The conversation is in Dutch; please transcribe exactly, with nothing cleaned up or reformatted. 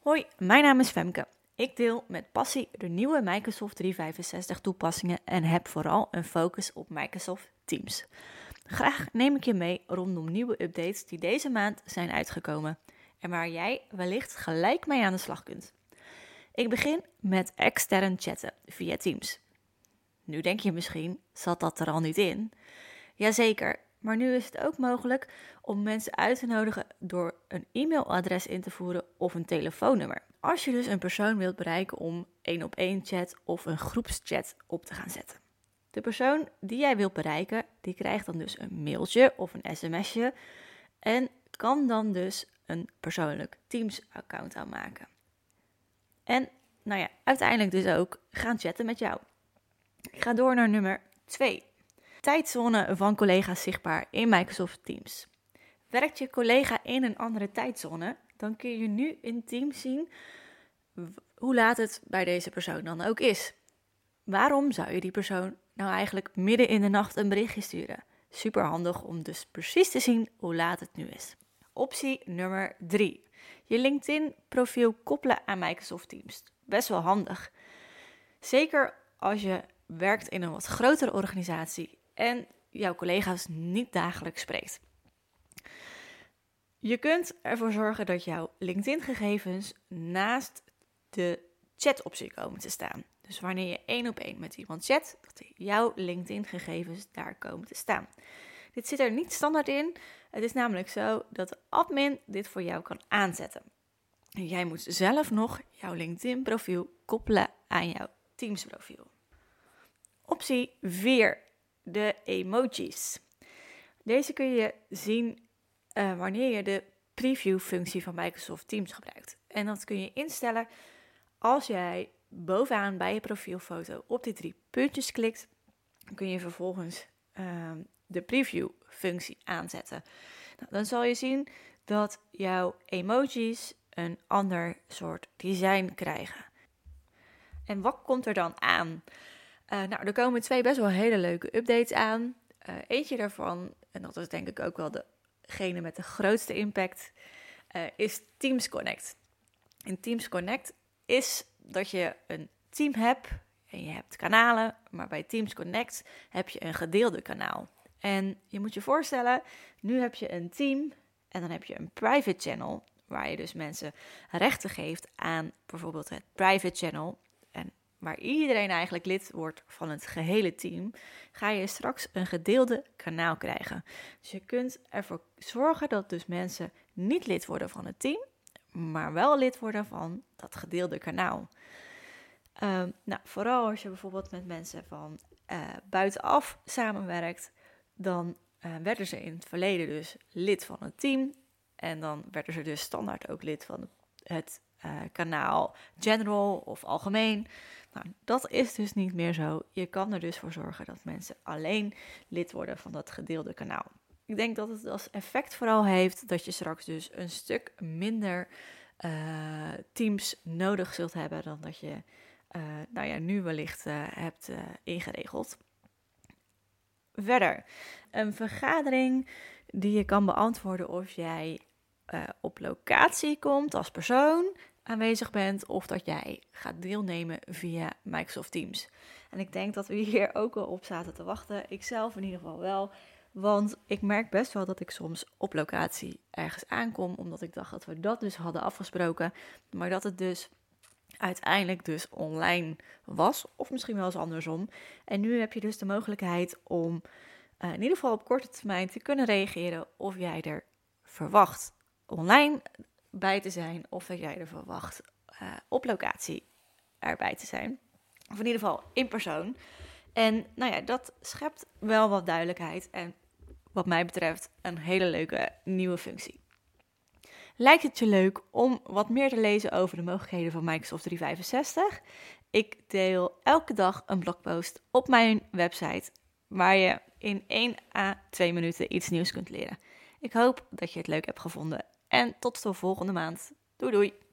Hoi, mijn naam is Femke. Ik deel met passie de nieuwe Microsoft driehonderdvijfenzestig toepassingen en heb vooral een focus op Microsoft Teams. Graag neem ik je mee rondom nieuwe updates die deze maand zijn uitgekomen en waar jij wellicht gelijk mee aan de slag kunt. Ik begin met extern chatten via Teams. Nu denk je misschien, zat dat er al niet in? Jazeker, maar nu is het ook mogelijk om mensen uit te nodigen door een e-mailadres in te voeren of een telefoonnummer. Als je dus een persoon wilt bereiken om één op één chat of een groepschat op te gaan zetten. De persoon die jij wilt bereiken, die krijgt dan dus een mailtje of een sms'je en kan dan dus een persoonlijk Teams-account aanmaken. En nou ja, uiteindelijk dus ook gaan chatten met jou. Ik ga door naar nummer twee. Tijdzone van collega's zichtbaar in Microsoft Teams. Werkt je collega in een andere tijdzone, dan kun je nu in Teams zien hoe laat het bij deze persoon dan ook is. Waarom zou je die persoon nou eigenlijk midden in de nacht een berichtje sturen? Super handig om dus precies te zien hoe laat het nu is. Optie nummer drie. Je LinkedIn profiel koppelen aan Microsoft Teams. Best wel handig. Zeker als je werkt in een wat grotere organisatie en jouw collega's niet dagelijks spreekt. Je kunt ervoor zorgen dat jouw LinkedIn-gegevens naast de chatoptie komen te staan. Dus wanneer je één op één met iemand chat, dat jouw LinkedIn-gegevens daar komen te staan. Dit zit er niet standaard in. Het is namelijk zo dat de admin dit voor jou kan aanzetten. En jij moet zelf nog jouw LinkedIn-profiel koppelen aan jouw Teams-profiel. Optie vier. De emojis. Deze kun je zien uh, wanneer je de preview-functie van Microsoft Teams gebruikt. En dat kun je instellen als jij bovenaan bij je profielfoto op die drie puntjes klikt. Dan kun je vervolgens uh, de preview-functie aanzetten. Nou, dan zal je zien dat jouw emojis een ander soort design krijgen. En wat komt er dan aan? Uh, nou, er komen twee best wel hele leuke updates aan. Uh, eentje daarvan, en dat is denk ik ook wel degene met de grootste impact, uh, is Teams Connect. In Teams Connect is dat je een team hebt en je hebt kanalen, maar bij Teams Connect heb je een gedeelde kanaal. En je moet je voorstellen, nu heb je een team en dan heb je een private channel, waar je dus mensen rechten geeft aan bijvoorbeeld het private channel. En waar iedereen eigenlijk lid wordt van het gehele team, ga je straks een gedeelde kanaal krijgen. Dus je kunt ervoor zorgen dat dus mensen niet lid worden van het team, maar wel lid worden van dat gedeelde kanaal. Um, nou, vooral als je bijvoorbeeld met mensen van uh, buitenaf samenwerkt, dan uh, werden ze in het verleden dus lid van het team en dan werden ze dus standaard ook lid van het uh, kanaal General of Algemeen. Nou, dat is dus niet meer zo. Je kan er dus voor zorgen dat mensen alleen lid worden van dat gedeelde kanaal. Ik denk dat het als effect vooral heeft dat je straks dus een stuk minder uh, teams nodig zult hebben dan dat je uh, nou ja, nu wellicht uh, hebt uh, ingeregeld. Verder, een vergadering die je kan beantwoorden of jij uh, op locatie komt als persoon, aanwezig bent of dat jij gaat deelnemen via Microsoft Teams. En ik denk dat we hier ook wel op zaten te wachten. Ik zelf in ieder geval wel. Want ik merk best wel dat ik soms op locatie ergens aankom, omdat ik dacht dat we dat dus hadden afgesproken. Maar dat het dus uiteindelijk dus online was, of misschien wel eens andersom. En nu heb je dus de mogelijkheid om uh, in ieder geval op korte termijn te kunnen reageren of jij er verwacht online bij te zijn of dat jij er verwacht uh, op locatie erbij te zijn. Of in ieder geval in persoon. En nou ja, dat schept wel wat duidelijkheid en wat mij betreft een hele leuke nieuwe functie. Lijkt het je leuk om wat meer te lezen over de mogelijkheden van Microsoft driehonderdvijfenzestig? Ik deel elke dag een blogpost op mijn website waar je in één à twee minuten iets nieuws kunt leren. Ik hoop dat je het leuk hebt gevonden en tot de volgende maand. Doei doei!